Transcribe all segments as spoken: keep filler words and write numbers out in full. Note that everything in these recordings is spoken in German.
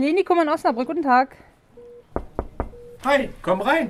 Klinikum in Osnabrück, guten Tag. Hi, komm rein.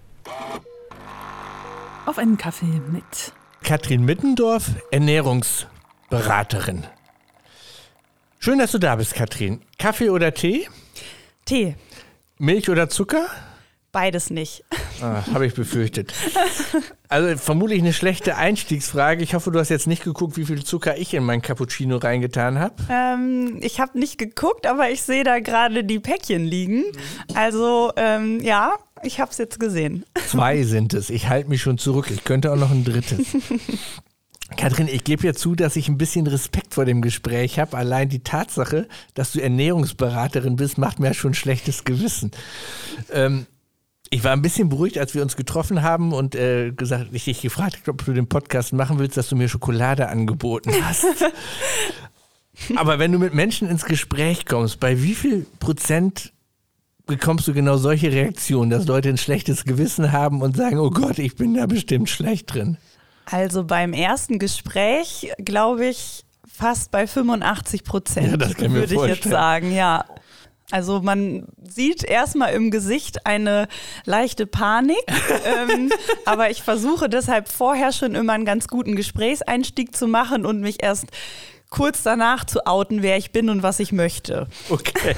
Auf einen Kaffee mit Katrin Mittendorf, Ernährungsberaterin. Schön, dass du da bist, Katrin. Kaffee oder Tee? Tee. Milch oder Zucker? Beides nicht. Ah, habe ich befürchtet. Also vermutlich eine schlechte Einstiegsfrage. Ich hoffe, du hast jetzt nicht geguckt, wie viel Zucker ich in mein Cappuccino reingetan habe. Ähm, ich habe nicht geguckt, aber ich sehe da gerade die Päckchen liegen. Also ähm, ja, ich habe es jetzt gesehen. Zwei sind es. Ich halte mich schon zurück. Ich könnte auch noch ein drittes. Katrin, ich gebe ja zu, dass ich ein bisschen Respekt vor dem Gespräch habe. Allein die Tatsache, dass du Ernährungsberaterin bist, macht mir ja schon ein schlechtes Gewissen. Ähm, Ich war ein bisschen beruhigt, als wir uns getroffen haben und äh, gesagt, ich dich gefragt habe, ob du den Podcast machen willst, dass du mir Schokolade angeboten hast. Aber wenn du mit Menschen ins Gespräch kommst, bei wie viel Prozent bekommst du genau solche Reaktionen, dass Leute ein schlechtes Gewissen haben und sagen, oh Gott, ich bin da bestimmt schlecht drin? Also beim ersten Gespräch, glaube ich, fast bei fünfundachtzig Prozent, ja, das kann mir würde ich jetzt sagen, ja. Also man sieht erstmal im Gesicht eine leichte Panik, ähm, aber ich versuche deshalb vorher schon immer einen ganz guten Gesprächseinstieg zu machen und mich erst kurz danach zu outen, wer ich bin und was ich möchte. Okay.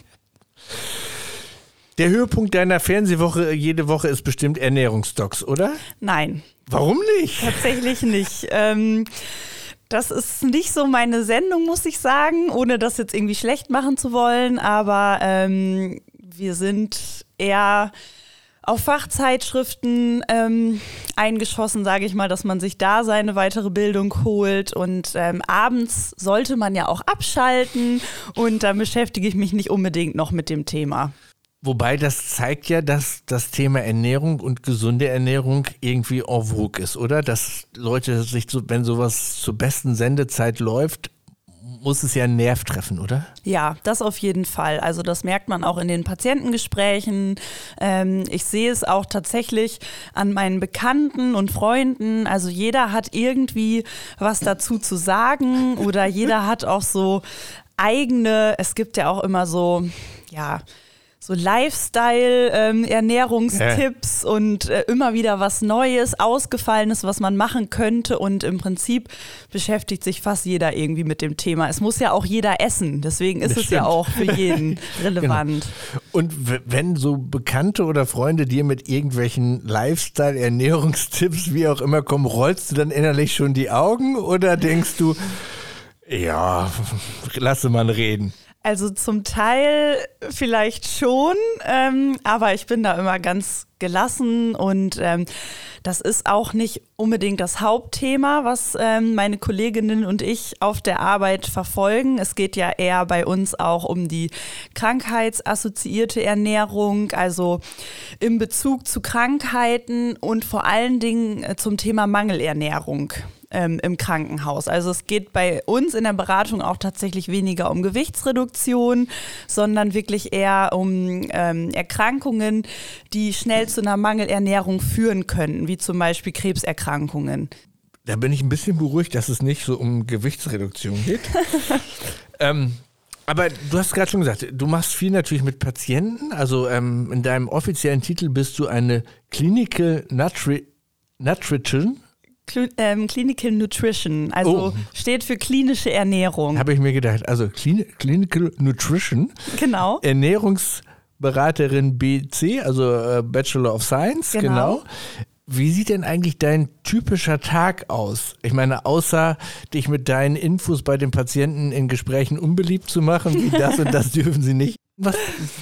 Der Höhepunkt deiner Fernsehwoche jede Woche ist bestimmt Ernährungsdocs, oder? Nein. Warum nicht? Tatsächlich nicht. Ähm, Das ist nicht so meine Sendung, muss ich sagen, ohne das jetzt irgendwie schlecht machen zu wollen. Aber ähm, wir sind eher auf Fachzeitschriften ähm, eingeschossen, sage ich mal, dass man sich da seine weitere Bildung holt. Und ähm, abends sollte man ja auch abschalten. Und da beschäftige ich mich nicht unbedingt noch mit dem Thema. Wobei das zeigt ja, dass das Thema Ernährung und gesunde Ernährung irgendwie en vogue ist, oder? Dass Leute sich, so, wenn sowas zur besten Sendezeit läuft, muss es ja einen Nerv treffen, oder? Ja, das auf jeden Fall. Also das merkt man auch in den Patientengesprächen. Ähm, ich sehe es auch tatsächlich an meinen Bekannten und Freunden. Also jeder hat irgendwie was dazu zu sagen oder jeder hat auch so eigene, es gibt ja auch immer so, ja, so Lifestyle-Ernährungstipps ähm, ja. und äh, immer wieder was Neues, Ausgefallenes, was man machen könnte. Und im Prinzip beschäftigt sich fast jeder irgendwie mit dem Thema. Es muss ja auch jeder essen, deswegen ist das es stimmt. ja auch für jeden relevant. Genau. Und w- wenn so Bekannte oder Freunde dir mit irgendwelchen Lifestyle-Ernährungstipps, wie auch immer, kommen, rollst du dann innerlich schon die Augen oder denkst du, ja, lasse mal reden? Also zum Teil vielleicht schon, ähm, aber ich bin da immer ganz gelassen und ähm, das ist auch nicht unbedingt das Hauptthema, was ähm, meine Kolleginnen und ich auf der Arbeit verfolgen. Es geht ja eher bei uns auch um die krankheitsassoziierte Ernährung, also in Bezug zu Krankheiten und vor allen Dingen zum Thema Mangelernährung ähm, im Krankenhaus. Also es geht bei uns in der Beratung auch tatsächlich weniger um Gewichtsreduktion, sondern wirklich eher um ähm, Erkrankungen, die schnell zu einer Mangelernährung führen könnten, wie zum Beispiel Krebserkrankungen. Da bin ich ein bisschen beruhigt, dass es nicht so um Gewichtsreduktion geht. ähm, aber du hast gerade schon gesagt, du machst viel natürlich mit Patienten. Also ähm, in deinem offiziellen Titel bist du eine Clinical Nutri- Nutrition. Cl- ähm, Clinical Nutrition, also oh. steht für klinische Ernährung. Habe ich mir gedacht, also Clin- Clinical Nutrition. Genau. Ernährungsberaterin B C, also äh, Bachelor of Science, genau. genau. Wie sieht denn eigentlich dein typischer Tag aus? Ich meine, außer dich mit deinen Infos bei den Patienten in Gesprächen unbeliebt zu machen, wie das und das dürfen sie nicht. Was,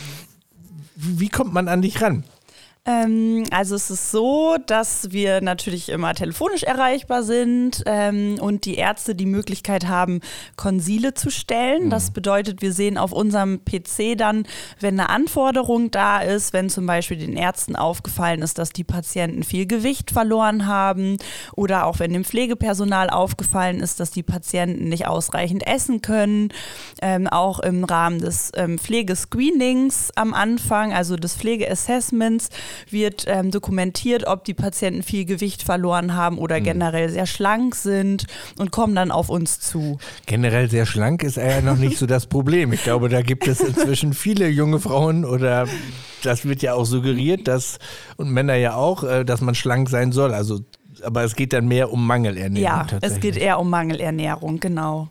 wie kommt man an dich ran? Ähm, also es ist so, dass wir natürlich immer telefonisch erreichbar sind ähm, und die Ärzte die Möglichkeit haben, Konsile zu stellen. Mhm. Das bedeutet, wir sehen auf unserem P C dann, wenn eine Anforderung da ist, wenn zum Beispiel den Ärzten aufgefallen ist, dass die Patienten viel Gewicht verloren haben oder auch wenn dem Pflegepersonal aufgefallen ist, dass die Patienten nicht ausreichend essen können. Ähm, auch im Rahmen des ähm, Pflegescreenings am Anfang, also des Pflegeassessments, wird ähm, dokumentiert, ob die Patienten viel Gewicht verloren haben oder mhm. generell sehr schlank sind und kommen dann auf uns zu. Generell sehr schlank ist ja noch nicht so das Problem. Ich glaube, da gibt es inzwischen viele junge Frauen oder das wird ja auch suggeriert, dass und Männer ja auch, dass man schlank sein soll. Also, aber es geht dann mehr um Mangelernährung. Ja, es geht eher um Mangelernährung, genau.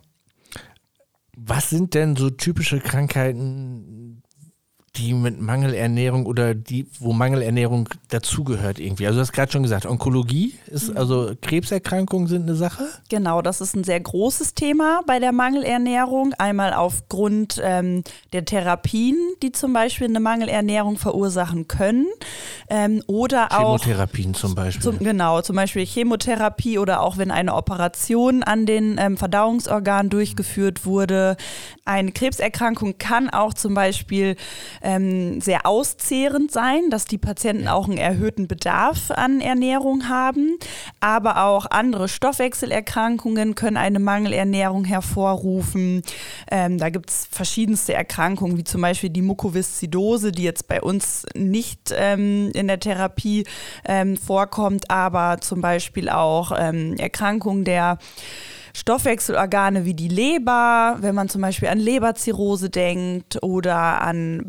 Was sind denn so typische Krankheiten, die mit Mangelernährung oder die, wo Mangelernährung dazugehört irgendwie? Also du hast gerade schon gesagt, Onkologie ist, also Krebserkrankungen sind eine Sache? Genau, das ist ein sehr großes Thema bei der Mangelernährung. Einmal aufgrund ähm, der Therapien, die zum Beispiel eine Mangelernährung verursachen können. Ähm, oder auch Chemotherapien zum Beispiel. Zum, genau, zum Beispiel Chemotherapie oder auch wenn eine Operation an den ähm, Verdauungsorganen durchgeführt wurde. Eine Krebserkrankung kann auch zum Beispiel ähm, sehr auszehrend sein, dass die Patienten auch einen erhöhten Bedarf an Ernährung haben. Aber auch andere Stoffwechselerkrankungen können eine Mangelernährung hervorrufen. Ähm, da gibt es verschiedenste Erkrankungen, wie zum Beispiel die Mukoviszidose, die jetzt bei uns nicht ähm, in der Therapie ähm, vorkommt, aber zum Beispiel auch ähm, Erkrankungen der Stoffwechselorgane wie die Leber, wenn man zum Beispiel an Leberzirrhose denkt oder an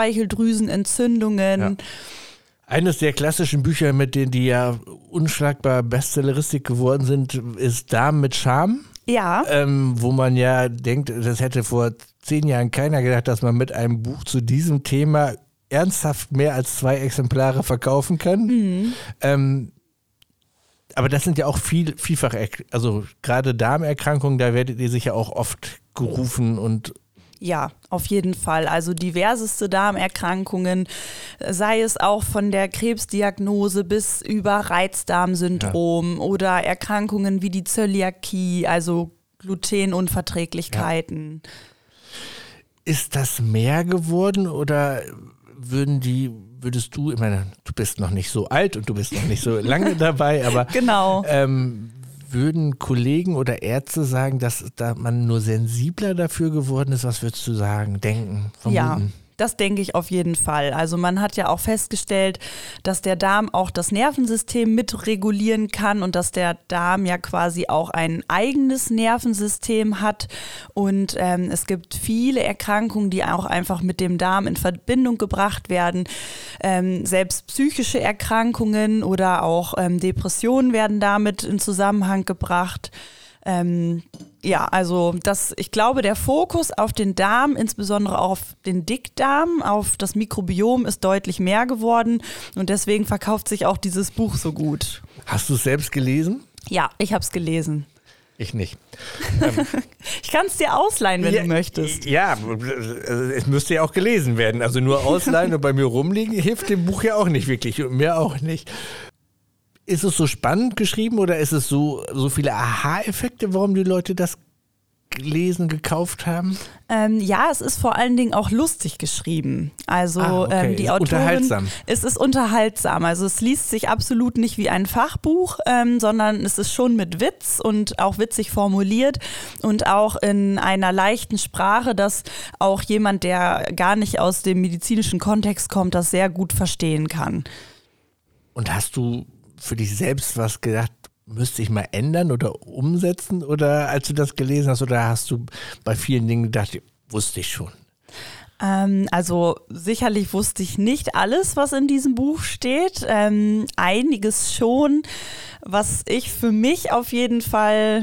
Bauchspeicheldrüsenentzündungen. Ja. Eines der klassischen Bücher, mit denen die ja unschlagbar Bestselleristik geworden sind, ist Darm mit Charme. Ja. Ähm, wo man ja denkt, das hätte vor zehn Jahren keiner gedacht, dass man mit einem Buch zu diesem Thema ernsthaft mehr als zwei Exemplare verkaufen kann. Mhm. Ähm, aber das sind ja auch viel, vielfach, also gerade Darmerkrankungen, da werdet ihr sicher auch oft gerufen und ja, auf jeden Fall. Also diverseste Darmerkrankungen, sei es auch von der Krebsdiagnose bis über Reizdarmsyndrom ja. oder Erkrankungen wie die Zöliakie, also Glutenunverträglichkeiten. Ja. Ist das mehr geworden oder würden die, würdest du, ich meine, du bist noch nicht so alt und du bist noch nicht so lange dabei, aber genau. ähm, würden Kollegen oder Ärzte sagen, dass da man nur sensibler dafür geworden ist? Was würdest du sagen, denken, vermuten? Ja. Das denke ich auf jeden Fall. Also man hat ja auch festgestellt, dass der Darm auch das Nervensystem mitregulieren kann und dass der Darm ja quasi auch ein eigenes Nervensystem hat. Und ähm, es gibt viele Erkrankungen, die auch einfach mit dem Darm in Verbindung gebracht werden. Ähm, selbst psychische Erkrankungen oder auch ähm, Depressionen werden damit in Zusammenhang gebracht. Ähm, ja, also das, ich glaube, der Fokus auf den Darm, insbesondere auf den Dickdarm, auf das Mikrobiom ist deutlich mehr geworden und deswegen verkauft sich auch dieses Buch so gut. Hast du es selbst gelesen? Ja, ich habe es gelesen. Ich nicht. Ich kann es dir ausleihen, wenn ja, du möchtest. Ja, es müsste ja auch gelesen werden. Also nur ausleihen und bei mir rumliegen hilft dem Buch ja auch nicht wirklich und mir auch nicht. Ist es so spannend geschrieben oder ist es so, so viele Aha-Effekte, warum die Leute das gelesen, gekauft haben? Ähm, ja, es ist vor allen Dingen auch lustig geschrieben. Also ah, okay. ähm, die ist Autorin, unterhaltsam. Es ist unterhaltsam. Also es liest sich absolut nicht wie ein Fachbuch, ähm, sondern es ist schon mit Witz und auch witzig formuliert und auch in einer leichten Sprache, dass auch jemand, der gar nicht aus dem medizinischen Kontext kommt, das sehr gut verstehen kann. Und hast du für dich selbst was gedacht, müsste ich mal ändern oder umsetzen? Oder als du das gelesen hast, oder hast du bei vielen Dingen gedacht, wusste ich schon? Ähm, also sicherlich wusste ich nicht alles, was in diesem Buch steht. Ähm, einiges schon, was ich für mich auf jeden Fall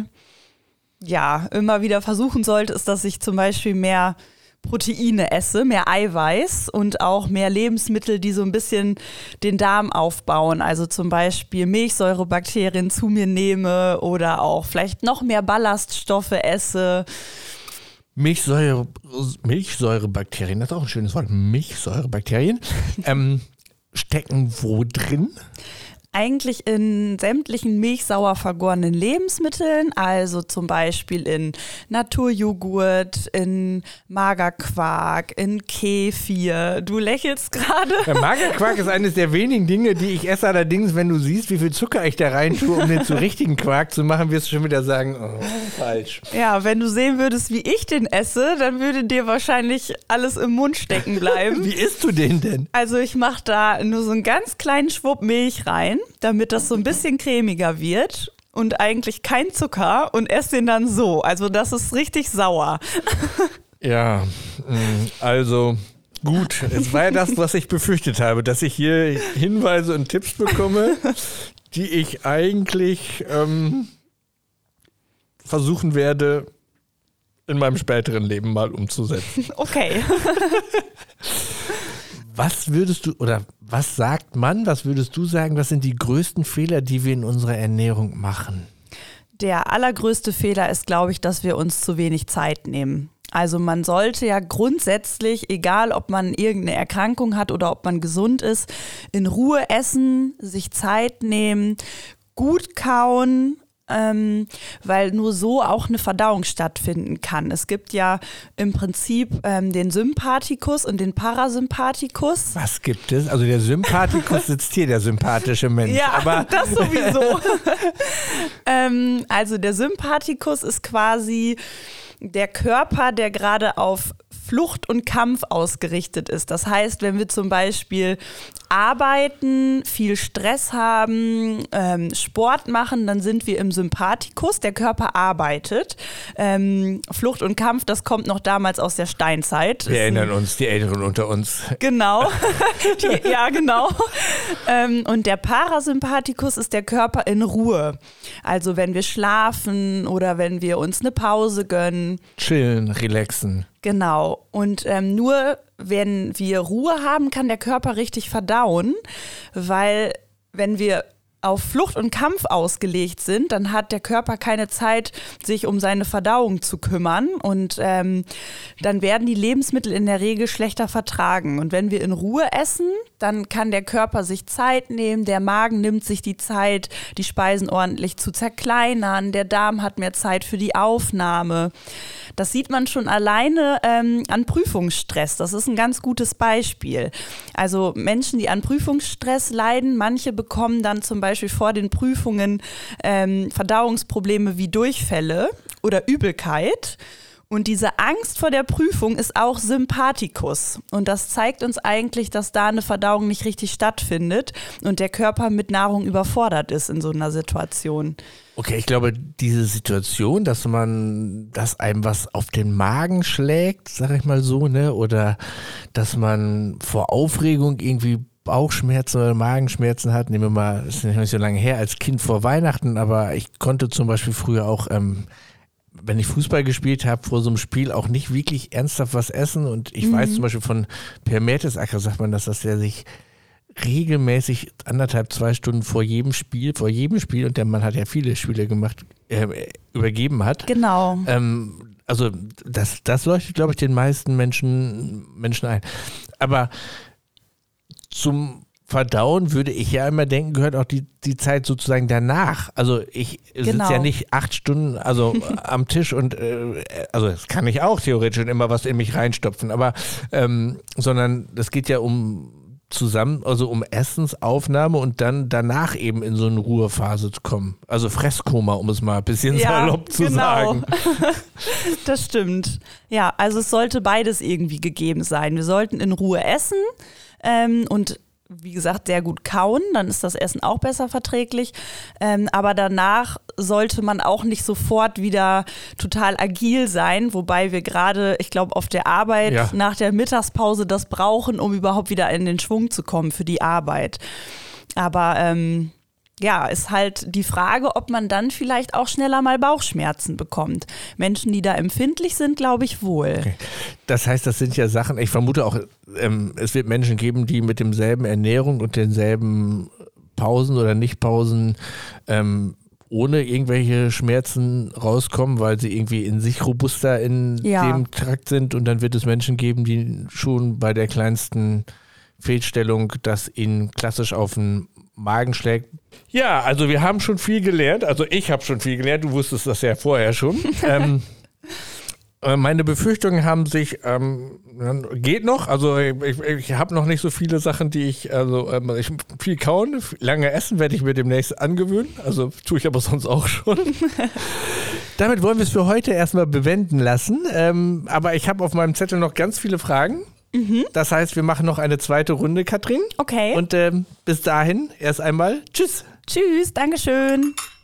ja immer wieder versuchen sollte, ist, dass ich zum Beispiel mehr Proteine esse, mehr Eiweiß und auch mehr Lebensmittel, die so ein bisschen den Darm aufbauen. Also zum Beispiel Milchsäurebakterien zu mir nehme oder auch vielleicht noch mehr Ballaststoffe esse. Milchsäure, Milchsäurebakterien, das ist auch ein schönes Wort. Milchsäurebakterien ähm, stecken wo drin? eigentlich in sämtlichen milchsauer vergorenen Lebensmitteln, also zum Beispiel in Naturjoghurt, in Magerquark, in Kefir. Du lächelst gerade. Der Magerquark ist eines der wenigen Dinge, die ich esse. Allerdings, wenn du siehst, wie viel Zucker ich da rein tue, um den zu richtigen Quark zu machen, wirst du schon wieder sagen, oh, falsch. Ja, wenn du sehen würdest, wie ich den esse, dann würde dir wahrscheinlich alles im Mund stecken bleiben. Wie isst du den denn? Also ich mache da nur so einen ganz kleinen Schwupp Milch rein, damit das so ein bisschen cremiger wird und eigentlich kein Zucker und esse den dann so. Also das ist richtig sauer. Ja, also gut. Es war ja das, was ich befürchtet habe, dass ich hier Hinweise und Tipps bekomme, die ich eigentlich ähm, versuchen werde, in meinem späteren Leben mal umzusetzen. Okay. Was würdest du, oder was sagt man, was würdest du sagen, was sind die größten Fehler, die wir in unserer Ernährung machen? Der allergrößte Fehler ist, glaube ich, dass wir uns zu wenig Zeit nehmen. Also man sollte ja grundsätzlich, egal ob man irgendeine Erkrankung hat oder ob man gesund ist, in Ruhe essen, sich Zeit nehmen, gut kauen, Ähm, weil nur so auch eine Verdauung stattfinden kann. Es gibt ja im Prinzip ähm, den Sympathikus und den Parasympathikus. Was gibt es? Also der Sympathikus sitzt hier, der sympathische Mensch. Ja, aber das sowieso. ähm, also der Sympathikus ist quasi der Körper, der gerade auf Flucht und Kampf ausgerichtet ist. Das heißt, wenn wir zum Beispiel arbeiten, viel Stress haben, ähm, Sport machen, dann sind wir im Sympathikus, der Körper arbeitet. Ähm, Flucht und Kampf, das kommt noch damals aus der Steinzeit. Wir erinnern uns, die Älteren unter uns. Genau, die, ja genau. Ähm, und der Parasympathikus ist der Körper in Ruhe. Also wenn wir schlafen oder wenn wir uns eine Pause gönnen. Chillen, relaxen. Genau. Und ähm, nur wenn wir Ruhe haben, kann der Körper richtig verdauen, weil wenn wir auf Flucht und Kampf ausgelegt sind, dann hat der Körper keine Zeit, sich um seine Verdauung zu kümmern und ähm, dann werden die Lebensmittel in der Regel schlechter vertragen. Und wenn wir in Ruhe essen, dann kann der Körper sich Zeit nehmen, der Magen nimmt sich die Zeit, die Speisen ordentlich zu zerkleinern, der Darm hat mehr Zeit für die Aufnahme. Das sieht man schon alleine ähm, an Prüfungsstress. Das ist ein ganz gutes Beispiel. Also Menschen, die an Prüfungsstress leiden, manche bekommen dann zum Beispiel vor den Prüfungen ähm, Verdauungsprobleme wie Durchfälle oder Übelkeit. Und diese Angst vor der Prüfung ist auch Sympathikus. Und das zeigt uns eigentlich, dass da eine Verdauung nicht richtig stattfindet und der Körper mit Nahrung überfordert ist in so einer Situation. Okay, ich glaube, diese Situation, dass man, dass einem was auf den Magen schlägt, sag ich mal so, ne, oder dass man vor Aufregung irgendwie Bauchschmerzen oder Magenschmerzen hat. Nehmen wir mal, das ist nicht so lange her, als Kind vor Weihnachten, aber ich konnte zum Beispiel früher auch, ähm, wenn ich Fußball gespielt habe, vor so einem Spiel auch nicht wirklich ernsthaft was essen. Und ich mhm. weiß zum Beispiel von Per Mertesacker, sagt man, dass das der sich regelmäßig anderthalb, zwei Stunden vor jedem Spiel, vor jedem Spiel, und der Mann hat ja viele Spiele gemacht, äh, übergeben hat. Genau. Ähm, also das, das leuchtet, glaube ich, den meisten Menschen, Menschen ein. Aber zum Verdauen würde ich ja immer denken, gehört auch die, die Zeit sozusagen danach. Also ich sitze genau. ja nicht acht Stunden also am Tisch und äh, also das kann ich auch theoretisch und immer was in mich reinstopfen, aber ähm, sondern das geht ja um zusammen, also um Essensaufnahme und dann danach eben in so eine Ruhephase zu kommen. Also Fresskoma, um es mal ein bisschen ja, salopp zu genau. sagen. Das stimmt. Ja, also es sollte beides irgendwie gegeben sein. Wir sollten in Ruhe essen ähm, und wie gesagt, sehr gut kauen, dann ist das Essen auch besser verträglich. Ähm, aber danach sollte man auch nicht sofort wieder total agil sein, wobei wir gerade, ich glaube, auf der Arbeit ja. nach der Mittagspause das brauchen, um überhaupt wieder in den Schwung zu kommen für die Arbeit. Aber ähm, ja, ist halt die Frage, ob man dann vielleicht auch schneller mal Bauchschmerzen bekommt. Menschen, die da empfindlich sind, glaube ich wohl. Okay. Das heißt, das sind ja Sachen, ich vermute auch, ähm, es wird Menschen geben, die mit demselben Ernährung und denselben Pausen oder Nichtpausen ähm, ohne irgendwelche Schmerzen rauskommen, weil sie irgendwie in sich robuster in ja. dem Trakt sind, und dann wird es Menschen geben, die schon bei der kleinsten Fehlstellung, das ihn klassisch auf den Magen schlägt. Ja, also wir haben schon viel gelernt. Also ich habe schon viel gelernt. Du wusstest das ja vorher schon. ähm, Meine Befürchtungen haben sich, ähm, geht noch, also ich, ich habe noch nicht so viele Sachen, die ich, also ähm, ich, viel kauen, lange essen werde ich mir demnächst angewöhnen, also tue ich aber sonst auch schon. Damit wollen wir es für heute erstmal bewenden lassen, ähm, aber ich habe auf meinem Zettel noch ganz viele Fragen. Mhm. Das heißt, wir machen noch eine zweite Runde, Katrin. Okay. Und ähm, bis dahin erst einmal tschüss. Tschüss, Dankeschön.